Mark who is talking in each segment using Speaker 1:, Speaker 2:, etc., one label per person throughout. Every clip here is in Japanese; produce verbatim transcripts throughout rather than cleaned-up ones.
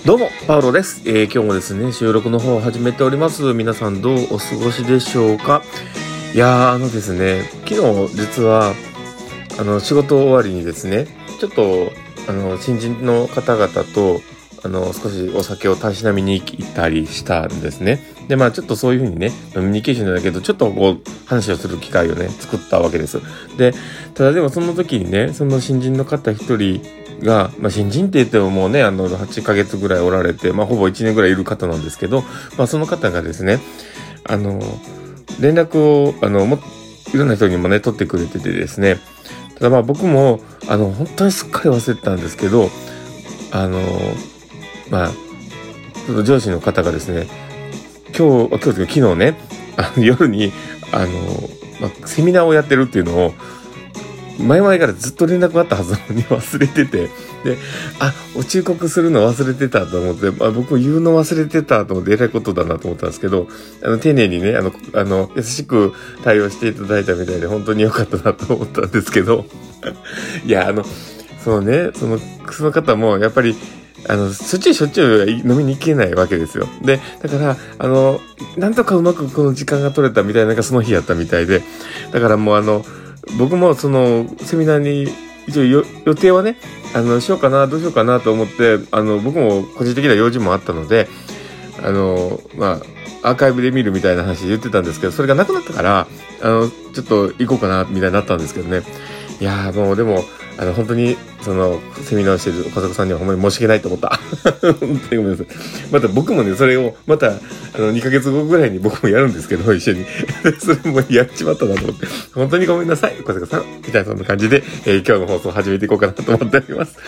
Speaker 1: どうもパウロです、えー、今日もですね収録の方を始めております。皆さんどうお過ごしでしょうか。いやーあのですね昨日実はあの仕事終わりにですねちょっとあの新人の方々とあの少しお酒をたしなみに行ったりしたんですね。でまあちょっとそういう風にねコミュニケーションじゃないけどちょっとこう話をする機会をね作ったわけです。でただでもその時にねその新人の方一人が、まあ、新人って言ってももうねあのはちかげつぐらいおられて、まあ、ほぼいちねんぐらいいる方なんですけど、まあ、その方がですねあの連絡をあのもいろんな人にもね取ってくれててですね、ただまあ僕もあの本当にすっかり忘れてたんですけどあのまあその上司の方がですね今日今日というか昨日ねあの夜にあの、まあ、セミナーをやってるっていうのを前々からずっと連絡があったはずなのに忘れてて、で、あ、お忠告するの忘れてたと思って、まあ、僕言うの忘れてたと思って偉いことだなと思ったんですけど、あの丁寧にね、あの、あの優しく対応していただいたみたいで本当に良かったなと思ったんですけど、いや、あの、そのね、その、その方もやっぱり、あの、しょっちゅうしょっちゅう飲みに行けないわけですよ。で、だから、あの、なんとかうまくこの時間が取れたみたいなのがその日やったみたいで、だからもうあの、僕もそのセミナーに一応予定はねあのしようかなどうしようかなと思ってあの僕も個人的な用事もあったのであのまあアーカイブで見るみたいな話で言ってたんですけど、それがなくなったからあのちょっと行こうかなみたいになったんですけどね。いやーもうでもあの本当にそのセミナーをしている岡坂さんにはほんまに申し訳ないと思った本当にごめんなさい。また僕もねそれをまたあのにかげつごぐらいに僕もやるんですけど一緒にそれもやっちまったなと思って本当にごめんなさい岡坂さんみたいなそんな感じで、えー、今日の放送を始めていこうかなと思っております。はい、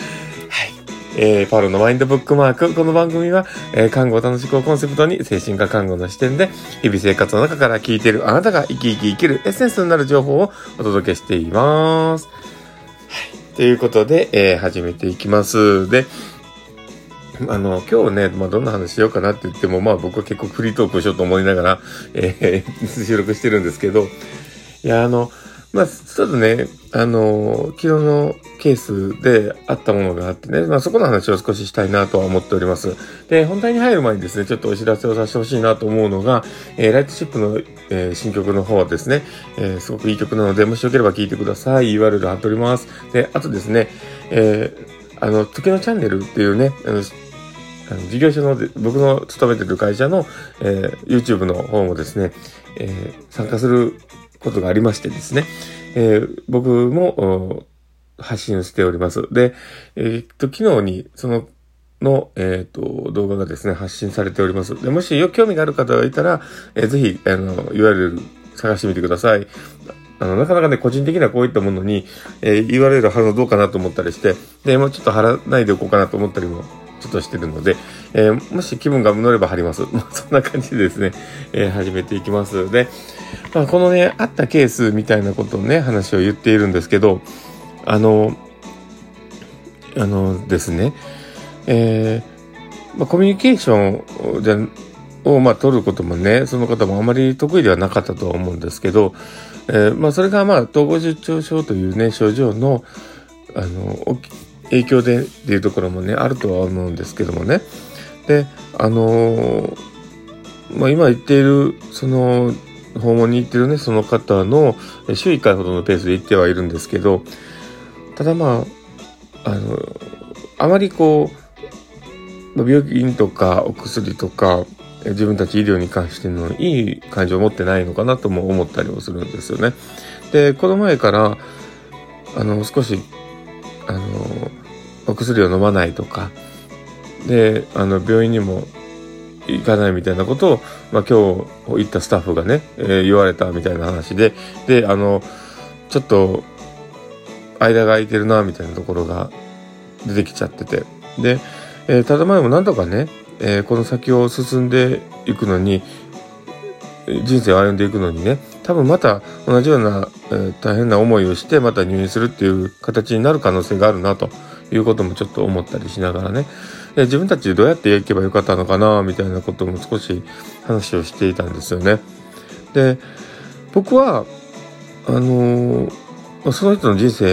Speaker 1: えー、パウロのマインドブックマーク。この番組は、えー、看護を楽しくをコンセプトに精神科看護の視点で日々生活の中から聞いているあなたが生き生き生きるエッセンスになる情報をお届けしています。ということで、えー、始めていきます。で、あの、今日ね、まあ、どんな話しようかなって言っても、まあ、僕は結構フリートークをしようと思いながら、えー、収録してるんですけど、いや、あの、まあ、ちょっとね、あの、昨日のケースであったものがあってね、まあ、そこの話を少ししたいなとは思っております。で、本題に入る前にですね、ちょっとお知らせをさせてほしいなと思うのが、えー、ライトシップの、えー、新曲の方ですね、えー、すごくいい曲なので、もしよければ聴いてください。ユーアールエル 貼っております。で、あとですね、えー、あの、時のチャンネルっていうね、あのあの事業所の僕の勤めてる会社の、えー、YouTube の方もですね、えー、参加することがありましてですね、えー、僕も発信しております。で、えー、っと昨日にそのの、えー、っと動画がですね発信されております。でもしよ興味がある方がいたら、えー、ぜひあの ユーアールエル 探してみてください。あのなかなかね個人的なこういったものに、えー、ユーアールエル 貼るのどうかなと思ったりして、でもうちょっと貼らないでおこうかなと思ったりもちょっとしてるので、えー、もし気分が乗れば貼ります。そんな感じでですね、えー、始めていきます。で、まあ、このね、あったケースみたいなことをね、話を言っているんですけど、あの、あのですね、えー、まあ、コミュニケーションじゃを、まあ、取ることもね、その方もあまり得意ではなかったとは思うんですけど、えー、まあ、それがまあ、統合失調症というね、症状の、あの、影響でっていうところもねあるとは思うんですけどもね。であのー、まあ今言っているその訪問に行ってるねその方の週いっかいほどのペースで行ってはいるんですけど、ただまああのあまりこう病院とかお薬とか自分たち医療に関してのいい感情を持ってないのかなとも思ったりもするんですよね。でこの前からあの少しあのお薬を飲まないとかであの病院にも行かないみたいなことを、まあ、今日行ったスタッフがね、えー、言われたみたいな話でであのちょっと間が空いてるなみたいなところが出てきちゃっててで、えー、ただ前もなんとかね、えー、この先を進んでいくのに人生を歩んでいくのにね多分また同じような、えー、大変な思いをしてまた入院するっていう形になる可能性があるなということもちょっと思ったりしながらね、で自分たちでどうやっていけばよかったのかなみたいなことも少し話をしていたんですよね。で僕はあのー、その人の人生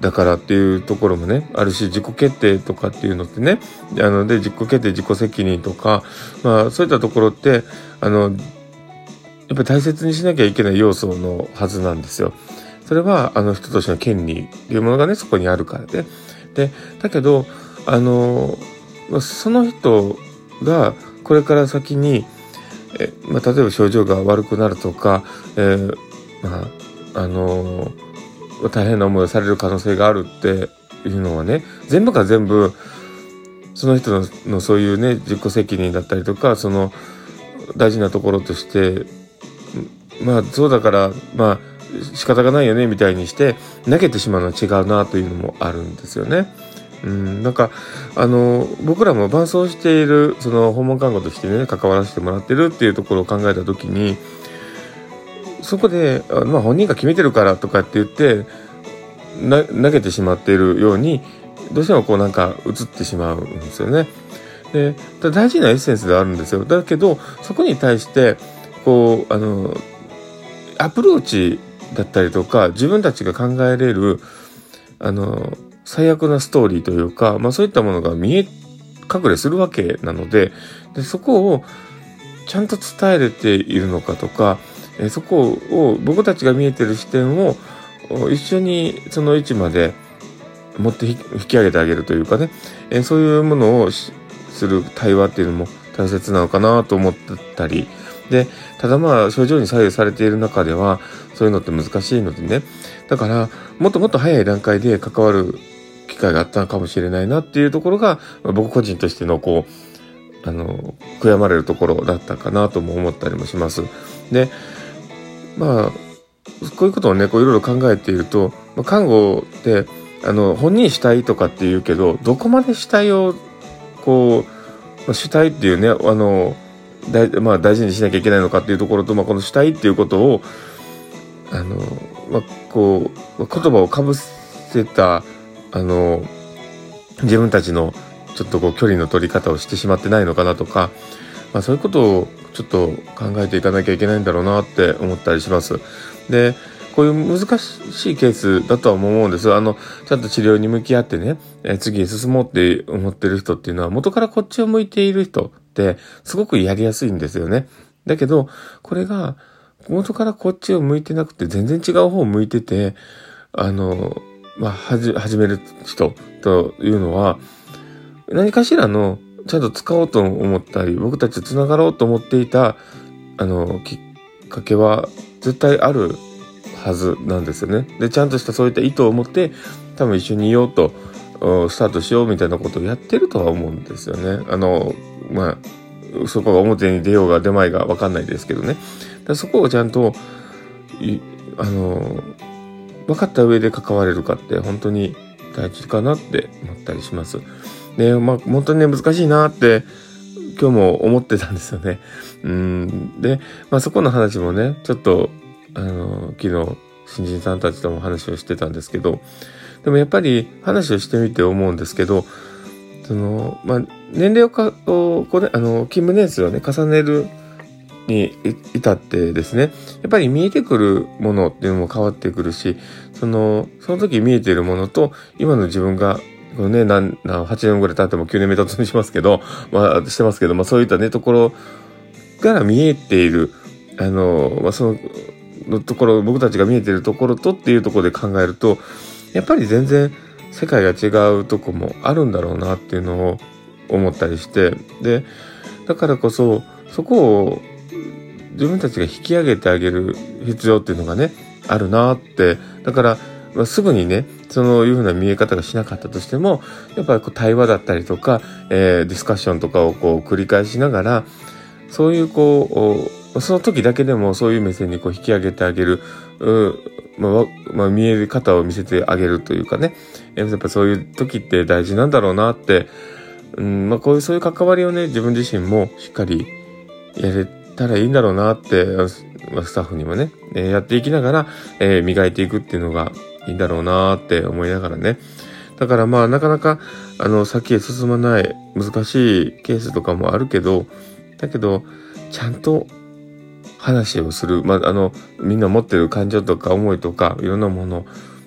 Speaker 1: だからっていうところもねあるし、自己決定とかっていうのってね、あので自己決定自己責任とか、まあそういったところってあのやっぱり大切にしなきゃいけない要素のはずなんですよ。それはあの人としての権利っていうものがねそこにあるからで、でだけどあのその人がこれから先にえ、まあ、例えば症状が悪くなるとか、えー、まああの大変な思いをされる可能性があるっていうのはね、全部が全部その人 の, のそういうね自己責任だったりとか、その大事なところとしてまあそうだからまあ仕方がないよねみたいにして投げてしまうのは違うなというのもあるんですよね。うん、なんかあの僕らも伴走しているその訪問看護としてね関わらせてもらってるっていうところを考えた時に、そこでまあ本人が決めてるからとかって言ってな投げてしまっているようにどうしてもこうなんか映ってしまうんですよね。で大事なエッセンスではあるんですよ。だけどそこに対してこうあのアプローチだったりとか自分たちが考えれるあの最悪なストーリーというか、まあそういったものが見え隠れするわけなので、でそこをちゃんと伝えれているのかとか、えそこを僕たちが見えてる視点を一緒にその位置まで持って引き上げてあげるというかね、えそういうものをする対話っていうのも大切なのかなと思ったり、でただまあ症状に左右されている中ではそういうのって難しいのでね、だからもっともっと早い段階で関わる機会があったのかもしれないなっていうところが、まあ、僕個人としてのこうあの悔やまれるところだったかなとも思ったりもします。でまあこういうことをねこういろいろ考えていると、まあ、看護ってあの本人主体とかって言うけど、どこまで主体をこう、まあ、主体っていうねあの大、まあ、大事にしなきゃいけないのかっていうところと、まあ、この主体っていうことをあの、まあ、こう言葉をかぶせたあの自分たちのちょっとこう距離の取り方をしてしまってないのかなとか、まあ、そういうことをちょっと考えていかなきゃいけないんだろうなって思ったりします。でこういう難しいケースだとは思うんです。あのちゃんと治療に向き合ってね、え次に進もうって思ってる人っていうのは元からこっちを向いている人ってすごくやりやすいんですよね。だけどこれが元からこっちを向いてなくて全然違う方を向いててあのまあはじ始める人というのは何かしらのちゃんと使おうと思ったり僕たちとつながろうと思っていたあのきっかけは絶対あるはずなんですよね。でちゃんとしたそういった意図を持って多分一緒にいようとスタートしようみたいなことをやってるとは思うんですよね。あのまあそこが表に出ようが出まいが分かんないですけどね。だそこをちゃんとあの分かった上で関われるかって本当に大事かなって思ったりします。でまあ本当にね難しいなって今日も思ってたんですよね。うんで、まあ、そこの話もねちょっとあの昨日新人さんたちとも話をしてたんですけど、でもやっぱり話をしてみて思うんですけど、そのまあ年齢をかをこう、ね、あの勤務年数をね重ねるに至ってですね、やっぱり見えてくるものっていうのも変わってくるし、そのその時見えているものと今の自分がこのね何はちねんぐらい経ってもきゅうねんめ突入しますけど、まあしてますけど、まあそういったねところから見えているあのまあそののところ僕たちが見えているところとっていうところで考えるとやっぱり全然世界が違うとこもあるんだろうなっていうのを思ったりして、でだからこそそこを自分たちが引き上げてあげる必要っていうのがねあるなって、だから、まあ、すぐにねそういうふうな見え方がしなかったとしてもやっぱりこう対話だったりとか、えー、ディスカッションとかをこう繰り返しながらそういうこうその時だけでもそういう目線にこう引き上げてあげる、まあまあ、見える方を見せてあげるというかね、やっぱそういう時って大事なんだろうなって、うんまあ、こういうそういう関わりをね自分自身もしっかりやれたらいいんだろうなって、まあ、スタッフにもね、えー、やっていきながら、えー、磨いていくっていうのがいいんだろうなって思いながらね。だからまあなかなかあの先へ進まない難しいケースとかもあるけど、だけどちゃんと話をする、まあ、あのみんな持ってる感情とか思いとかいろんなもの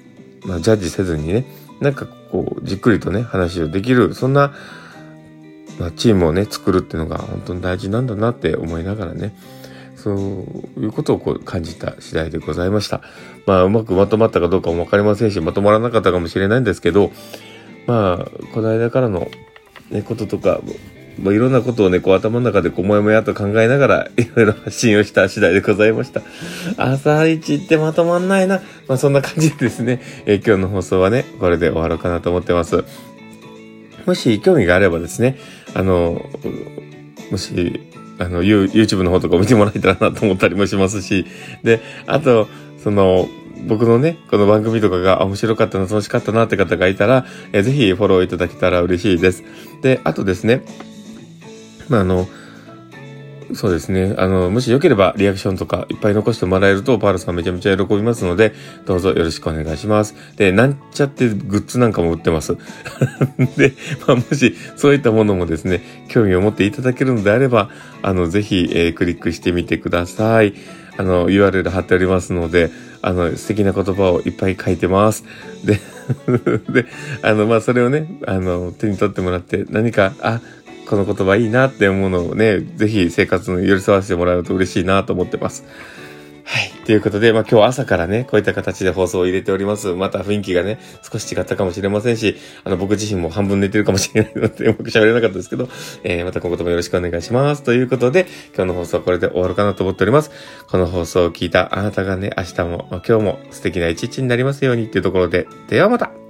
Speaker 1: まあ、ジャッジせずにね、なんかこう、じっくりとね、話をできる、そんな、まあ、チームをね、作るっていうのが本当に大事なんだなって思いながらね、そういうことをこう感じた次第でございました。まあ、うまくまとまったかどうかもわかりませんし、まとまらなかったかもしれないんですけど、まあ、この間からの、ね、こととか、まあ、いろんなことをね、こう頭の中でこう、もやもやと考えながら、いろいろ発信をした次第でございました。朝一ってまとまんないな。まあ、そんな感じでですね、えー、今日の放送はね、これで終わろうかなと思ってます。もし興味があればですね、あの、もし、あの、YouTube の方とか見てもらえたらなと思ったりもしますし、で、あと、その、僕のね、この番組とかが面白かったな、楽しかったなって方がいたら、えー、ぜひフォローいただけたら嬉しいです。で、あとですね、まあ、あの、そうですね。あの、もしよければリアクションとかいっぱい残してもらえると、パールさんめちゃめちゃ喜びますので、どうぞよろしくお願いします。で、なんちゃってグッズなんかも売ってます。で、まあ、もしそういったものもですね、興味を持っていただけるのであれば、あの、ぜひ、えー、クリックしてみてください。あの、ユーアールエル 貼っておりますので、あの、素敵な言葉をいっぱい書いてます。で、で、あの、まあ、それをね、あの、手に取ってもらって、何か、あ、この言葉いいなって思うのをね、ぜひ生活に寄り添わせてもらうと嬉しいなと思ってます。はい。ということで、まあ今日朝からね、こういった形で放送を入れております。また雰囲気がね、少し違ったかもしれませんし、あの僕自身も半分寝てるかもしれないので、うまく喋れなかったですけど、えー、また今後ともよろしくお願いします。ということで、今日の放送はこれで終わるかなと思っております。この放送を聞いたあなたがね、明日も、まあ、今日も素敵な一日になりますようにっていうところで、ではまた。